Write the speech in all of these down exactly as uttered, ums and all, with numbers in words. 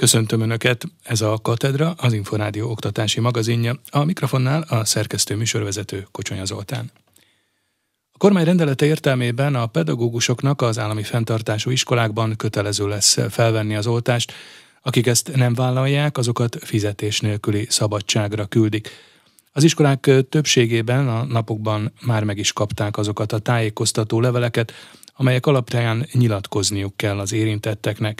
Köszöntöm Önöket, ez a Katedra, az Inforádió oktatási magazinja, a mikrofonnál a szerkesztő műsorvezető Kocsonya Zoltán. A kormány rendelete értelmében a pedagógusoknak az állami fenntartású iskolákban kötelező lesz felvenni az oltást, akik ezt nem vállalják, azokat fizetés nélküli szabadságra küldik. Az iskolák többségében a napokban már meg is kapták azokat a tájékoztató leveleket, amelyek alapján nyilatkozniuk kell az érintetteknek.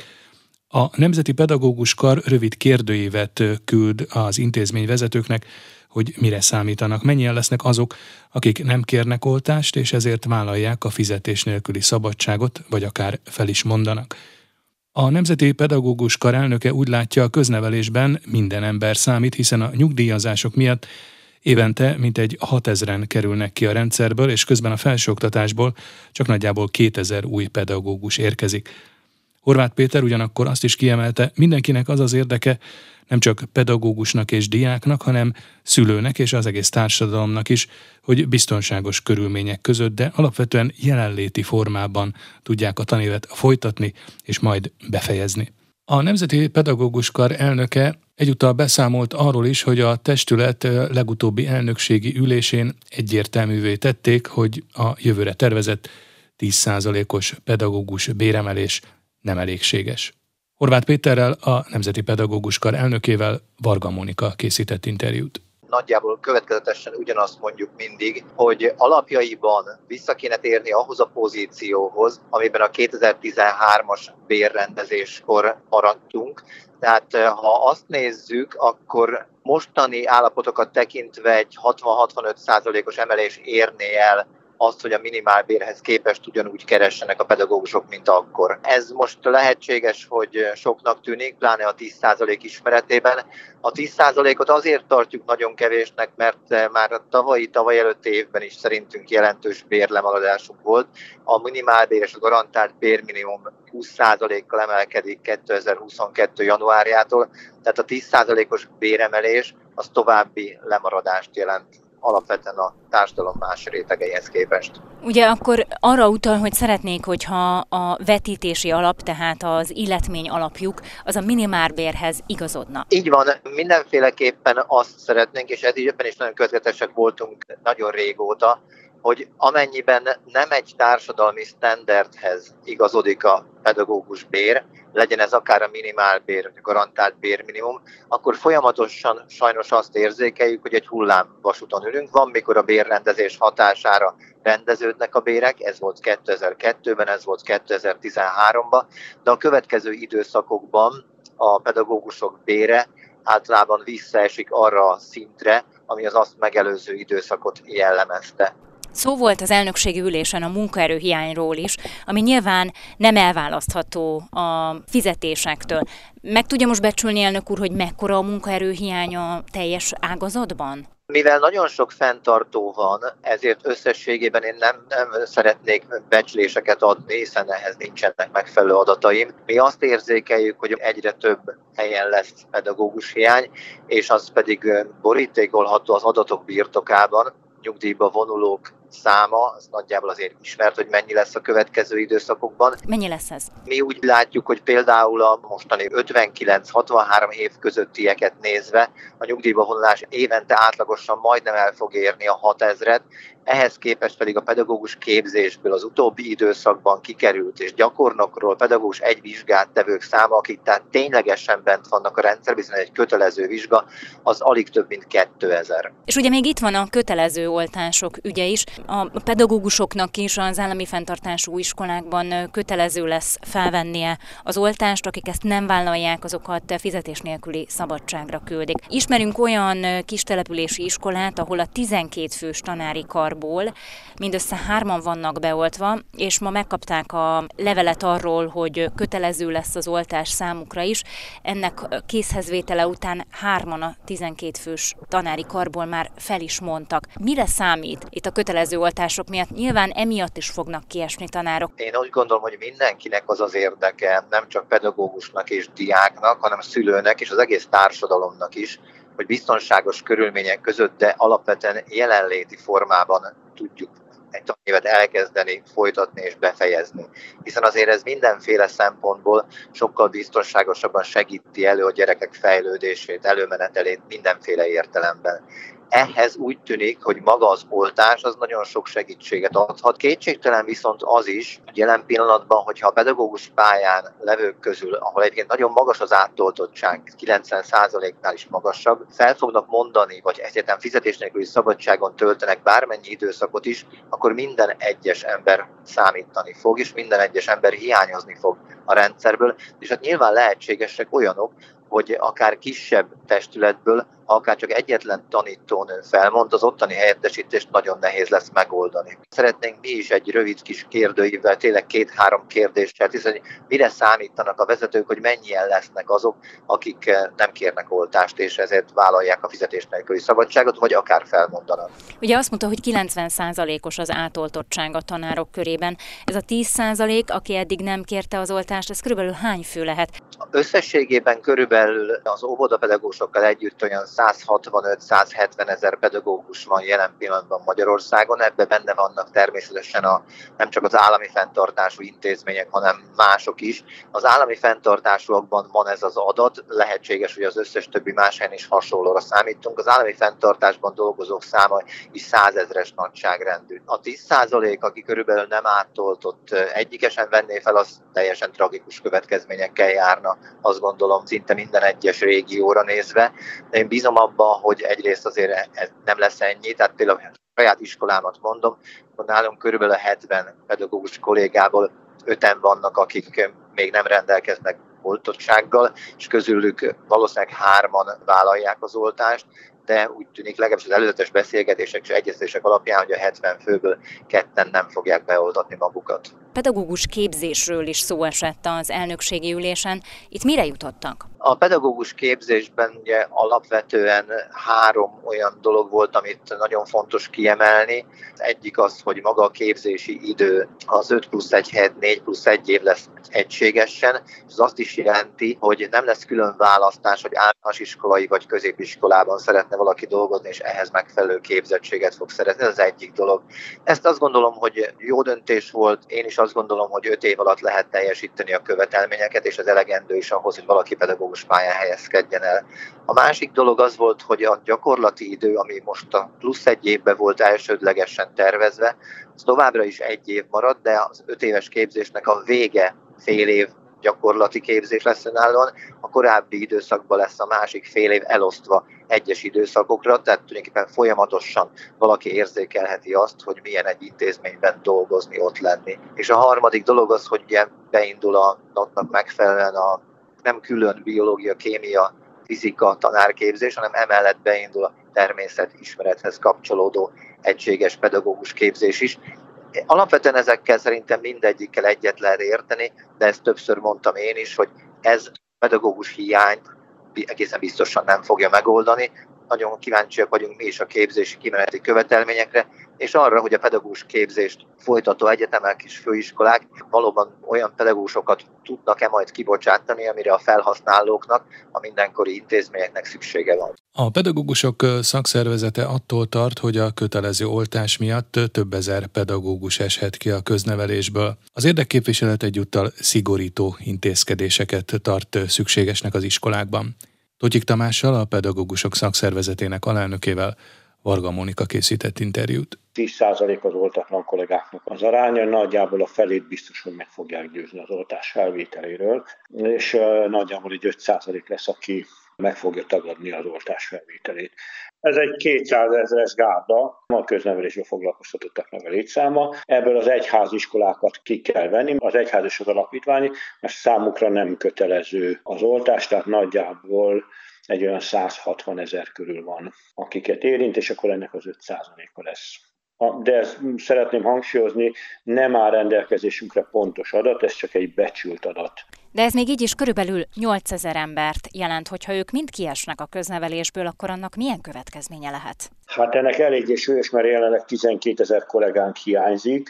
A Nemzeti Pedagógus Kar rövid kérdőívet küld az intézmény vezetőknek, hogy mire számítanak, mennyien lesznek azok, akik nem kérnek oltást, és ezért vállalják a fizetés nélküli szabadságot, vagy akár fel is mondanak. A Nemzeti Pedagógus Kar elnöke úgy látja, a köznevelésben minden ember számít, hiszen a nyugdíjazások miatt évente mintegy hatezren kerülnek ki a rendszerből, és közben a felsőoktatásból csak nagyjából kétezer új pedagógus érkezik. Horváth Péter ugyanakkor azt is kiemelte, mindenkinek az az érdeke, nem csak pedagógusnak és diáknak, hanem szülőnek és az egész társadalomnak is, hogy biztonságos körülmények között, de alapvetően jelenléti formában tudják a tanévet folytatni és majd befejezni. A Nemzeti Pedagógus Kar elnöke egyúttal beszámolt arról is, hogy a testület legutóbbi elnökségi ülésén egyértelművé tették, hogy a jövőre tervezett tíz százalékos pedagógus béremelés nem elégséges. Horváth Péterrel, a Nemzeti Pedagógus Kar elnökével Varga Mónika készített interjút. Nagyjából következetesen ugyanazt mondjuk mindig, hogy alapjaiban vissza kéne térni ahhoz a pozícióhoz, amiben a kétezer-tizenhármas bérrendezéskor maradtunk. Tehát ha azt nézzük, akkor mostani állapotokat tekintve egy hatvan-hatvanöt százalékos emelés érné el azt, hogy a minimálbérhez képest ugyanúgy keressenek a pedagógusok, mint akkor. Ez most lehetséges, hogy soknak tűnik, pláne a tíz százalék ismeretében. A tíz százalékot azért tartjuk nagyon kevésnek, mert már a tavalyi, tavaly előtti évben is szerintünk jelentős bérlemaradásunk volt. A minimálbér és a garantált bérminimum húsz százalékkal emelkedik kétezer-huszonkettő januárjától, tehát a tíz százalékos béremelés az további lemaradást jelent alapvetően a társadalom más rétegeihez képest. Ugye akkor arra utal, hogy szeretnék, hogyha a vetítési alap, tehát az illetmény alapjuk, az a minimálbérhez igazodna. Így van, mindenféleképpen azt szeretnénk, és ebben is nagyon következetesek voltunk nagyon régóta, hogy amennyiben nem egy társadalmi sztenderdhez igazodik a pedagógus bér, legyen ez akár a minimálbér, vagy a garantált bérminimum, akkor folyamatosan sajnos azt érzékeljük, hogy egy hullámvasúton ülünk. Van, mikor a bérrendezés hatására rendeződnek a bérek, ez volt kétezer-kettőben, ez volt kétezer-tizenháromban, de a következő időszakokban a pedagógusok bére általában visszaesik arra a szintre, ami az azt megelőző időszakot jellemezte. Szó volt az elnökségi ülésen a munkaerőhiányról is, ami nyilván nem elválasztható a fizetésektől. Meg tudja most becsülni, elnök úr, hogy mekkora a munkaerőhiány a teljes ágazatban? Mivel nagyon sok fenntartó van, ezért összességében én nem, nem szeretnék becsléseket adni, hiszen ehhez nincsenek megfelelő adataim. Mi azt érzékeljük, hogy egyre több helyen lesz pedagógus hiány, és az pedig borítékolható az adatok birtokában. Nyugdíjba vonulók száma, az nagyjából azért ismert, hogy mennyi lesz a következő időszakokban. Mennyi lesz ez? Mi úgy látjuk, hogy például a mostani ötvenkilenc-hatvanhárom év közöttieket nézve a nyugdíjba vonulás évente átlagosan majdnem el fog érni a hatezret, ehhez képest pedig a pedagógus képzésből az utóbbi időszakban kikerült és gyakornokról pedagógus egy vizsgát tevők száma, akik tehát ténylegesen bent vannak a rendszerben, hiszen egy kötelező vizsga, az alig több mint kétezer. És ugye még itt van a kötelező oltások ügye is. A pedagógusoknak is az állami fenntartású iskolákban kötelező lesz felvennie az oltást, akik ezt nem vállalják, azokat fizetés nélküli szabadságra küldik. Ismerünk olyan kistelepülési iskolát, ahol a tizenkét fős tanári karból mindössze hárman vannak beoltva, és ma megkapták a levelet arról, hogy kötelező lesz az oltás számukra is. Ennek készhezvétele után hárman a tizenkét fős tanári karból már fel is mondtak. Mire számít itt a kötelező oltások miatt? Nyilván emiatt is fognak kiesni tanárok. Én úgy gondolom, hogy mindenkinek az az érdeke, nem csak pedagógusnak és diáknak, hanem szülőnek és az egész társadalomnak is, hogy biztonságos körülmények között, de alapvetően jelenléti formában tudjuk egy tanévet elkezdeni, folytatni és befejezni. Hiszen azért ez mindenféle szempontból sokkal biztonságosabban segíti elő a gyerekek fejlődését, előmenetelét mindenféle értelemben. Ehhez úgy tűnik, hogy maga az oltás az nagyon sok segítséget adhat. Kétségtelen viszont az is, hogy jelen pillanatban, hogyha a pedagógus pályán levők közül, ahol egyébként nagyon magas az átoltottság, kilencven százaléknál is magasabb, fel fognak mondani, vagy egyetem fizetés nélküli szabadságon töltenek bármennyi időszakot is, akkor minden egyes ember számítani fog, és minden egyes ember hiányozni fog a rendszerből, és hát nyilván lehetségesek olyanok, hogy akár kisebb testületből, akár csak egyetlen tanítónő felmond, az ottani helyettesítést nagyon nehéz lesz megoldani. Szeretnénk mi is egy rövid kis kérdőívvel, tényleg két-három kérdéssel, hiszen mire számítanak a vezetők, hogy mennyien lesznek azok, akik nem kérnek oltást, és ezért vállalják a fizetés nélküli szabadságot, vagy akár felmondanak. Ugye azt mondta, hogy kilencven százalékos az átoltottság a tanárok körében. Ez a tíz százalék, aki eddig nem kérte az oltást, ez körülbelül hány fő lehet? Összességében körülbelül az óvodapedagógusokkal együtt olyan száz hatvanöt száz hetven ezer pedagógus van jelen pillanatban Magyarországon, ebben benne vannak természetesen a, nem csak az állami fenntartású intézmények, hanem mások is. Az állami fenntartásúakban van ez az adat, lehetséges, hogy az összes többi más helyen is hasonlóra számítunk. Az állami fenntartásban dolgozók száma is százezres nagyságrendű. A tíz százalék, aki körülbelül nem átoltott, egyikesen venné fel, az teljesen tragikus következményekkel járna, azt gondolom, szinte minden egyes régióra nézve. De én bízom abban, hogy egyrészt azért ez nem lesz ennyi, tehát például a saját iskolámat mondom, hogy nálunk körülbelül hetven pedagógus kollégából öten vannak, akik még nem rendelkeznek oltottsággal, és közülük valószínűleg hárman vállalják az oltást, de úgy tűnik legalábbis az előzetes beszélgetések és egyeztetések alapján, hogy a hetven főből ketten nem fogják beoltatni magukat. Pedagógus képzésről is szó esett az elnökségi ülésen. Itt mire jutottak? A pedagógus képzésben ugye alapvetően három olyan dolog volt, amit nagyon fontos kiemelni. Az egyik az, hogy maga a képzési idő az öt plusz egy helyett négy plusz egy év lesz egységesen, és ez azt is jelenti, hogy nem lesz külön választás, hogy általános iskolai vagy középiskolában szeretne valaki dolgozni, és ehhez megfelelő képzettséget fog szerezni. Ez az egyik dolog. Ezt azt gondolom, hogy jó döntés volt. Én is azt gondolom, hogy öt év alatt lehet teljesíteni a követelményeket, és ez elegendő is ahhoz, hogy valaki pedagógus pályán helyezkedjen el. A másik dolog az volt, hogy a gyakorlati idő, ami most a plusz egy évben volt elsődlegesen tervezve, az továbbra is egy év marad, de az öt éves képzésnek a vége fél év gyakorlati képzés lesz önállóan, a korábbi időszakban lesz a másik fél év elosztva egyes időszakokra, tehát tulajdonképpen folyamatosan valaki érzékelheti azt, hogy milyen egy intézményben dolgozni, ott lenni. És a harmadik dolog az, hogy ugye beindul a notnak megfelelően a nem külön biológia, kémia, fizika tanárképzés, hanem emellett beindul a természetismerethez kapcsolódó egységes pedagógus képzés is. Alapvetően ezekkel szerintem mindegyikkel egyet lehet érteni, de ezt többször mondtam én is, hogy ez pedagógus hiányt egészen biztosan nem fogja megoldani. Nagyon kíváncsiak vagyunk mi is a képzési kimeneti követelményekre, és arra, hogy a pedagógus képzést folytató egyetemek és főiskolák valóban olyan pedagógusokat tudnak-e majd kibocsátani, amire a felhasználóknak, a mindenkori intézményeknek szüksége van. A pedagógusok szakszervezete attól tart, hogy a kötelező oltás miatt több ezer pedagógus eshet ki a köznevelésből. Az érdekképviselet egyúttal szigorító intézkedéseket tart szükségesnek az iskolákban. Totyik Tamással, a pedagógusok szakszervezetének alelnökével Varga Mónika készített interjút. tíz százalék az oltatlan kollégáknak az aránya, nagyjából a felét biztos, hogy meg fogják győzni az oltás felvételéről, és nagyjából így öt százalék lesz, aki meg fogja tagadni az oltás felvételét. Ez egy kétszázezres gárda, a köznevelésben foglalkoztatottaknak a létszáma. Ebből az egyháziskolákat ki kell venni, az egyház és az alapítványi, mert számukra nem kötelező az oltás, tehát nagyjából egy olyan száz hatvan ezer körül van, akiket érint, és akkor ennek az öt százaléka lesz. De ezt szeretném hangsúlyozni, nem áll rendelkezésünkre pontos adat, ez csak egy becsült adat. De ez még így is körülbelül nyolcezer embert jelent, hogyha ők mind kiesnek a köznevelésből, akkor annak milyen következménye lehet? Hát ennek eléggé súlyos, mert jelenleg tizenkétezer kollégánk hiányzik,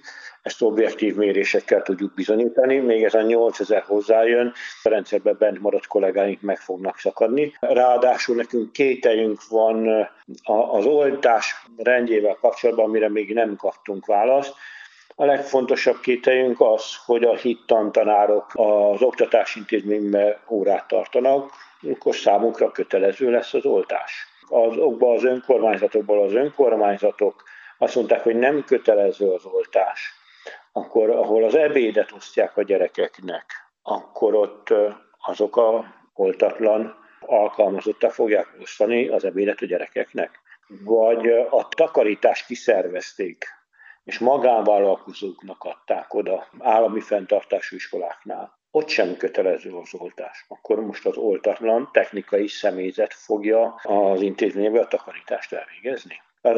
ezt objektív mérésekkel tudjuk bizonyítani, még ez a nyolcezer hozzájön, a rendszerben bent maradt kollégáink meg fognak szakadni. Ráadásul nekünk kételjünk van az oltás rendjével kapcsolatban, amire még nem kaptunk választ. A legfontosabb kételjünk az, hogy a hittantanárok az oktatási intézményben órát tartanak, akkor számunkra kötelező lesz az oltás. Azokban az önkormányzatokból az önkormányzatok azt mondták, hogy nem kötelező az oltás, akkor ahol az ebédet osztják a gyerekeknek, akkor ott azok a oltatlan alkalmazottak fogják osztani az ebédet a gyerekeknek. Vagy a takarítást kiszervezték, és magánvállalkozóknak adták oda állami fenntartású iskoláknál. Ott sem kötelező az oltás. Akkor most az oltatlan technikai személyzet fogja az intézménybe a takarítást elvégezni.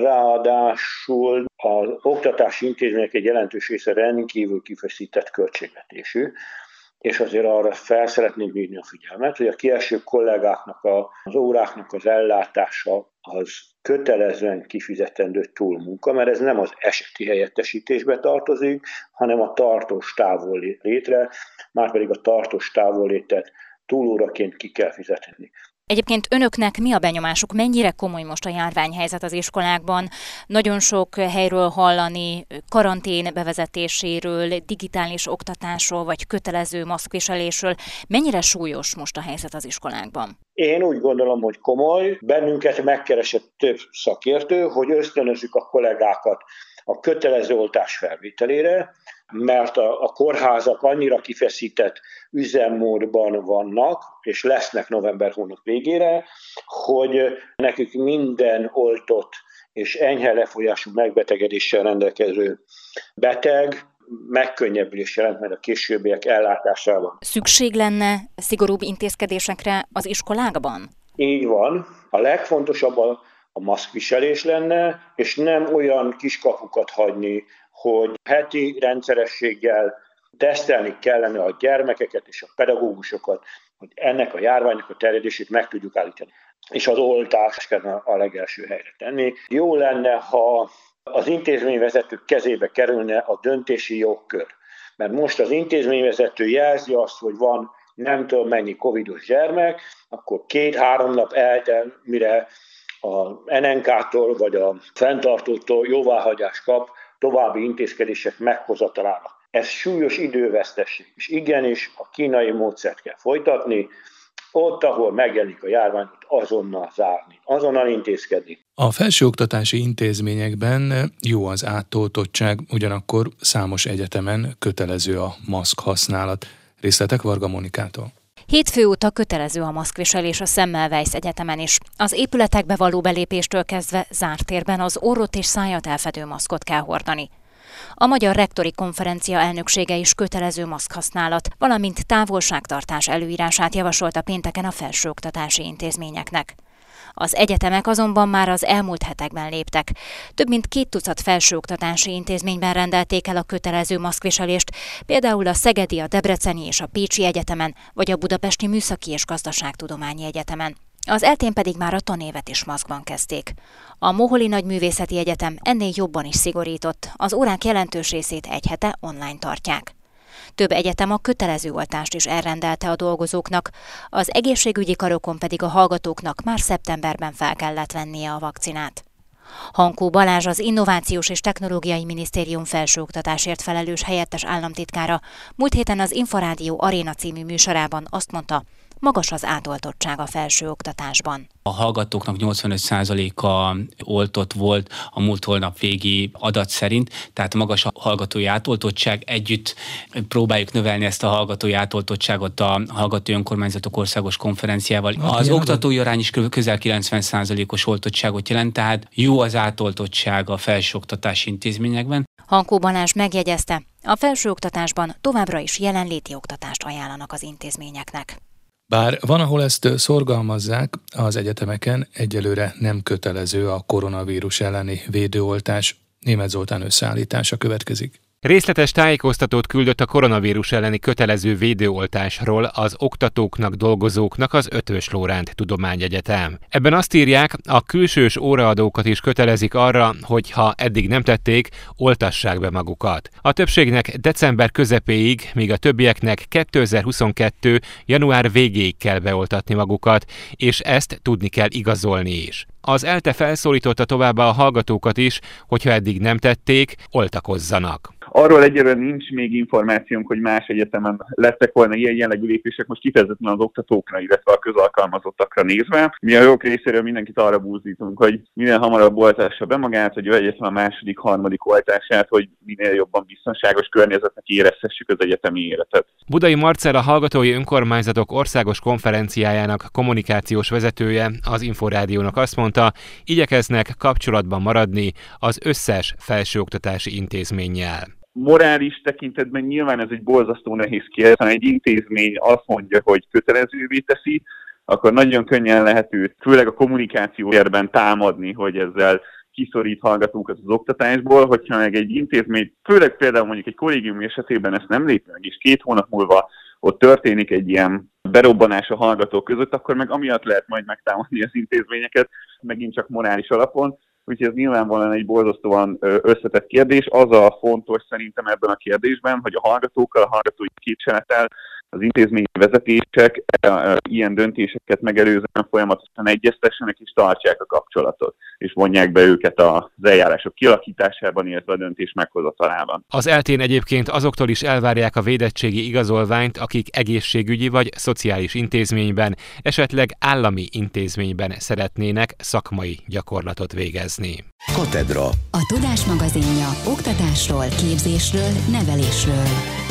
Ráadásul az oktatási intézmények egy jelentős része rendkívül kifeszített költségvetésű, és azért arra fel szeretném hívni a figyelmet, hogy a kieső kollégáknak az óráknak az ellátása az kötelezően kifizetendő túlmunka, mert ez nem az eseti helyettesítésbe tartozik, hanem a tartós távollétre, márpedig a tartós távollétet túlóraként ki kell fizetni. Egyébként önöknek mi a benyomásuk? Mennyire komoly most a járványhelyzet az iskolákban? Nagyon sok helyről hallani karantén bevezetéséről, digitális oktatásról vagy kötelező maszkviselésről. Mennyire súlyos most a helyzet az iskolákban? Én úgy gondolom, hogy komoly. Bennünket megkeresett több szakértő, hogy ösztönözzük a kollégákat a kötelező oltás felvételére, mert a, a kórházak annyira kifeszített üzemmódban vannak, és lesznek november hónap végére, hogy nekük minden oltott és enyhe lefolyású megbetegedéssel rendelkező beteg megkönnyebbülés jelent majd a későbbiek ellátásában. Szükség lenne szigorúbb intézkedésekre az iskolákban? Így van. A legfontosabb a, a maszkviselés lenne, és nem olyan kiskapukat hagyni, hogy heti rendszerességgel tesztelni kellene a gyermekeket és a pedagógusokat, hogy ennek a járványnak a terjedését meg tudjuk állítani. És az oltást kellene a legelső helyre tenni. Jó lenne, ha az intézményvezetők kezébe kerülne a döntési jogkör. Mert most az intézményvezető jelzi azt, hogy van nem tudom mennyi covidos gyermek, akkor két-három nap eltel, mire a en en ká-tól vagy a fenntartótól jóváhagyást kap további intézkedések meghozatalára. Ez súlyos idővesztesség, és igenis a kínai módszert kell folytatni, ott, ahol megjelenik a járvány, azonnal zárni, azonnal intézkedni. A felsőoktatási intézményekben jó az átoltottság, ugyanakkor számos egyetemen kötelező a maszk használat. Részletek Varga Monikától. Hétfő óta kötelező a maszkviselés a Semmelweis Egyetemen is. Az épületekbe való belépéstől kezdve zárt térben az orrot és szájat elfedő maszkot kell hordani. A Magyar Rektori Konferencia elnöksége is kötelező maszkhasználat, valamint távolságtartás előírását javasolta pénteken a felsőoktatási intézményeknek. Az egyetemek azonban már az elmúlt hetekben léptek. Több mint két tucat felsőoktatási intézményben rendelték el a kötelező maszkviselést, például a Szegedi, a Debreceni és a Pécsi Egyetemen, vagy a Budapesti Műszaki és Gazdaságtudományi Egyetemen. Az eltén pedig már a tanévet is maszkban kezdték. A Moholi Nagyművészeti Egyetem ennél jobban is szigorított, az órák jelentős részét egy hete online tartják. Több egyetem a kötelező oltást is elrendelte a dolgozóknak, az egészségügyi karokon pedig a hallgatóknak már szeptemberben fel kellett vennie a vakcinát. Hankó Balázs, az Innovációs és Technológiai Minisztérium felsőoktatásért felelős helyettes államtitkára múlt héten az Inforádió Aréna című műsorában azt mondta, magas az átoltottság a felsőoktatásban. A hallgatóknak nyolcvanöt százaléka oltott volt a múlt holnap végi adat szerint, tehát magas a hallgatói átoltottság. Együtt próbáljuk növelni ezt a hallgatói átoltottságot a Hallgatói Önkormányzatok Országos Konferenciával. Az oktatói arány is közel kilencven százalékos oltottságot jelent, tehát jó az átoltottság a felsőoktatási intézményekben. Hankó Balázs megjegyezte, a felsőoktatásban továbbra is jelenléti oktatást ajánlanak az intézményeknek. Bár van, ahol ezt szorgalmazzák, az egyetemeken egyelőre nem kötelező a koronavírus elleni védőoltás. Németh Zoltán összeállítása következik. Részletes tájékoztatót küldött a koronavírus elleni kötelező védőoltásról az oktatóknak, dolgozóknak az Eötvös Loránd Tudományegyetem. Ebben azt írják, a külsős óraadókat is kötelezik arra, hogy ha eddig nem tették, oltassák be magukat. A többségnek december közepéig, míg a többieknek kétezer-huszonkettő. január végéig kell beoltatni magukat, és ezt tudni kell igazolni is. Az ELTE felszólította továbbá a hallgatókat is, hogyha eddig nem tették, oltakozzanak. Arról egyelőre nincs még információnk, hogy más egyetemen lettek volna ilyen jellegű lépések, most kifejezetten az oktatókra, illetve a közalkalmazottakra nézve. Mi a jók részéről mindenkit arra búzítunk, hogy minél hamarabb oltassa be magát, hogy vegye a második, harmadik oltását, hogy minél jobban biztonságos környezetnek érezhessük az egyetemi életet. Budai Marcell, a Hallgatói Önkormányzatok Országos Konferenciájának kommunikációs vezetője az Inforádiónak azt mondta, igyekeznek kapcsolatban maradni az összes felsőoktatási intézménnyel. Morális tekintetben nyilván ez egy borzasztó nehéz kérdés. Ha egy intézmény azt mondja, hogy kötelezővé teszi, akkor nagyon könnyen lehet őt, főleg a kommunikáció térben támadni, hogy ezzel kiszorít hallgatókat az oktatásból, hogyha meg egy intézmény, főleg például mondjuk egy kollégium esetében ezt nem lép meg, és két hónap múlva ott történik egy ilyen berobbanás a hallgatók között, akkor meg amiatt lehet majd megtámadni az intézményeket, megint csak morális alapon. Úgyhogy ez nyilvánvalóan egy borzasztóan összetett kérdés. Az a fontos szerintem ebben a kérdésben, hogy a hallgatókkal, a hallgatói képviselettel az intézményi vezetések ilyen döntéseket megelőzően folyamatosan egyeztessenek és tartsák a kapcsolatot, és vonják be őket az eljárások kialakításában, illetve a döntés meghozatalában. Az eltén egyébként azoktól is elvárják a védettségi igazolványt, akik egészségügyi vagy szociális intézményben, esetleg állami intézményben szeretnének szakmai gyakorlatot végezni. Katedra. A Tudás magazinja oktatásról, képzésről, nevelésről.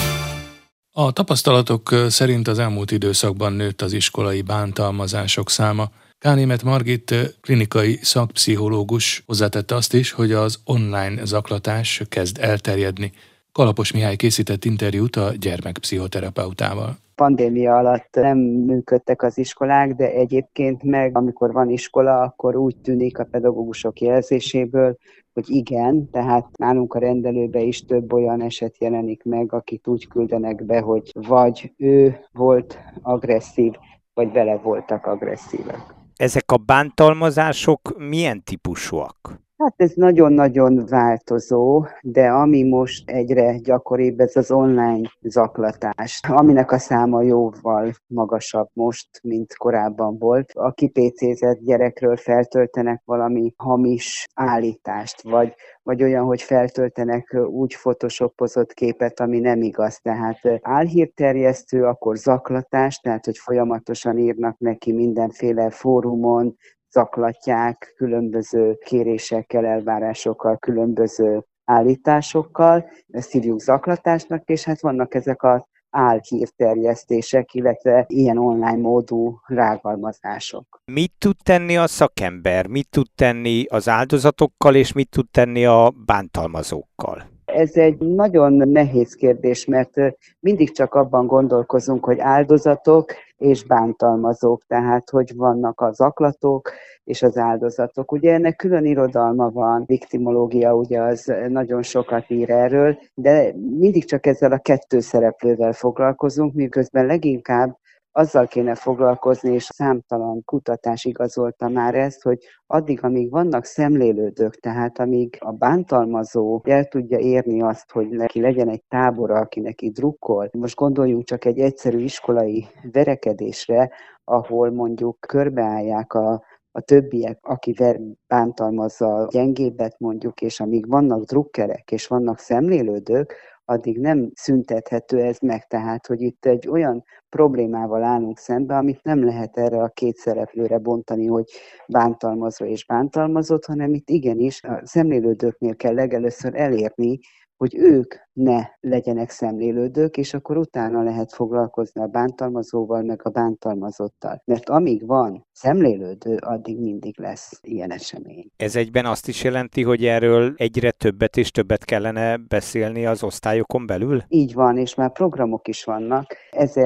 A tapasztalatok szerint az elmúlt időszakban nőtt az iskolai bántalmazások száma. Kánnémet Margit, klinikai szakpszichológus hozzátette azt is, hogy az online zaklatás kezd elterjedni. Kalapos Mihály készített interjút a gyermekpszichoterapeutával. Pandémia alatt nem működtek az iskolák, de egyébként meg, amikor van iskola, akkor úgy tűnik a pedagógusok jelzéséből, hogy igen, tehát nálunk a rendelőbe is több olyan eset jelenik meg, akit úgy küldenek be, hogy vagy ő volt agresszív, vagy vele voltak agresszívek. Ezek a bántalmazások milyen típusúak? Hát ez nagyon-nagyon változó, de ami most egyre gyakoribb, ez az online zaklatás, aminek a száma jóval magasabb most, mint korábban volt. A kipécézett gyerekről feltöltenek valami hamis állítást, vagy, vagy olyan, hogy feltöltenek úgy photoshopozott képet, ami nem igaz. Tehát álhírterjesztő, akkor zaklatás, tehát hogy folyamatosan írnak neki mindenféle fórumon, zaklatják különböző kérésekkel, elvárásokkal, különböző állításokkal, ezt hívjuk zaklatásnak, és hát vannak ezek az álhírterjesztések, illetve ilyen online módú rágalmazások. Mit tud tenni a szakember, mit tud tenni az áldozatokkal, és mit tud tenni a bántalmazókkal? Ez egy nagyon nehéz kérdés, mert mindig csak abban gondolkozunk, hogy áldozatok és bántalmazók, tehát hogy vannak a zaklatók és az áldozatok. Ugye ennek külön irodalma van, viktimológia, ugye az nagyon sokat ír erről, de mindig csak ezzel a kettő szereplővel foglalkozunk, miközben leginkább azzal kéne foglalkozni, és számtalan kutatás igazolta már ezt, hogy addig, amíg vannak szemlélődők, tehát amíg a bántalmazó el tudja érni azt, hogy neki legyen egy tábora, aki neki drukkol. Most gondoljunk csak egy egyszerű iskolai verekedésre, ahol mondjuk körbeállják a a többiek, aki ver, bántalmazza a gyengébbet mondjuk, és amíg vannak drukkerek és vannak szemlélődők, addig nem szüntethető ez meg. Tehát, hogy itt egy olyan problémával állunk szembe, amit nem lehet erre a két szereplőre bontani, hogy bántalmazó és bántalmazott, hanem itt igenis a szemlélődőknél kell legelőször elérni, hogy ők ne legyenek szemlélődők, és akkor utána lehet foglalkozni a bántalmazóval, meg a bántalmazottal. Mert amíg van szemlélődő, addig mindig lesz ilyen esemény. Ez egyben azt is jelenti, hogy erről egyre többet és többet kellene beszélni az osztályokon belül? Így van, és már programok is vannak.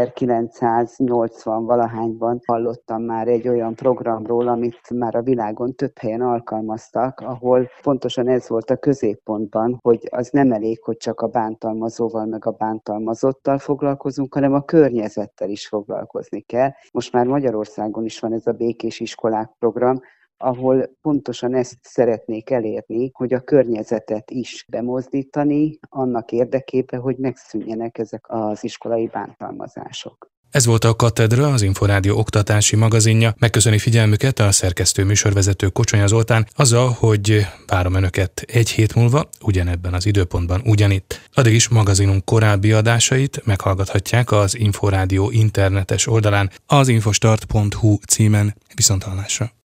ezerkilencszáznyolcvan valahányban hallottam már egy olyan programról, amit már a világon több helyen alkalmaztak, ahol pontosan ez volt a középpontban, hogy az nem elég, hogy csak a bántalmazóval meg a bántalmazottal foglalkozunk, hanem a környezettel is foglalkozni kell. Most már Magyarországon is van ez a Békés Iskolák program, ahol pontosan ezt szeretnék elérni, hogy a környezetet is bemozdítani annak érdekében, hogy megszűnjenek ezek az iskolai bántalmazások. Ez volt a Katedra, az Inforádió oktatási magazinja. Megköszöni figyelmüket a szerkesztő műsorvezető Kocsonya Zoltán azzal, hogy várom önöket egy hét múlva, ugyanebben az időpontban ugyanitt. Addig is magazinunk korábbi adásait meghallgathatják az Inforádió internetes oldalán, az infostart pont hu címen. Viszonthallásra!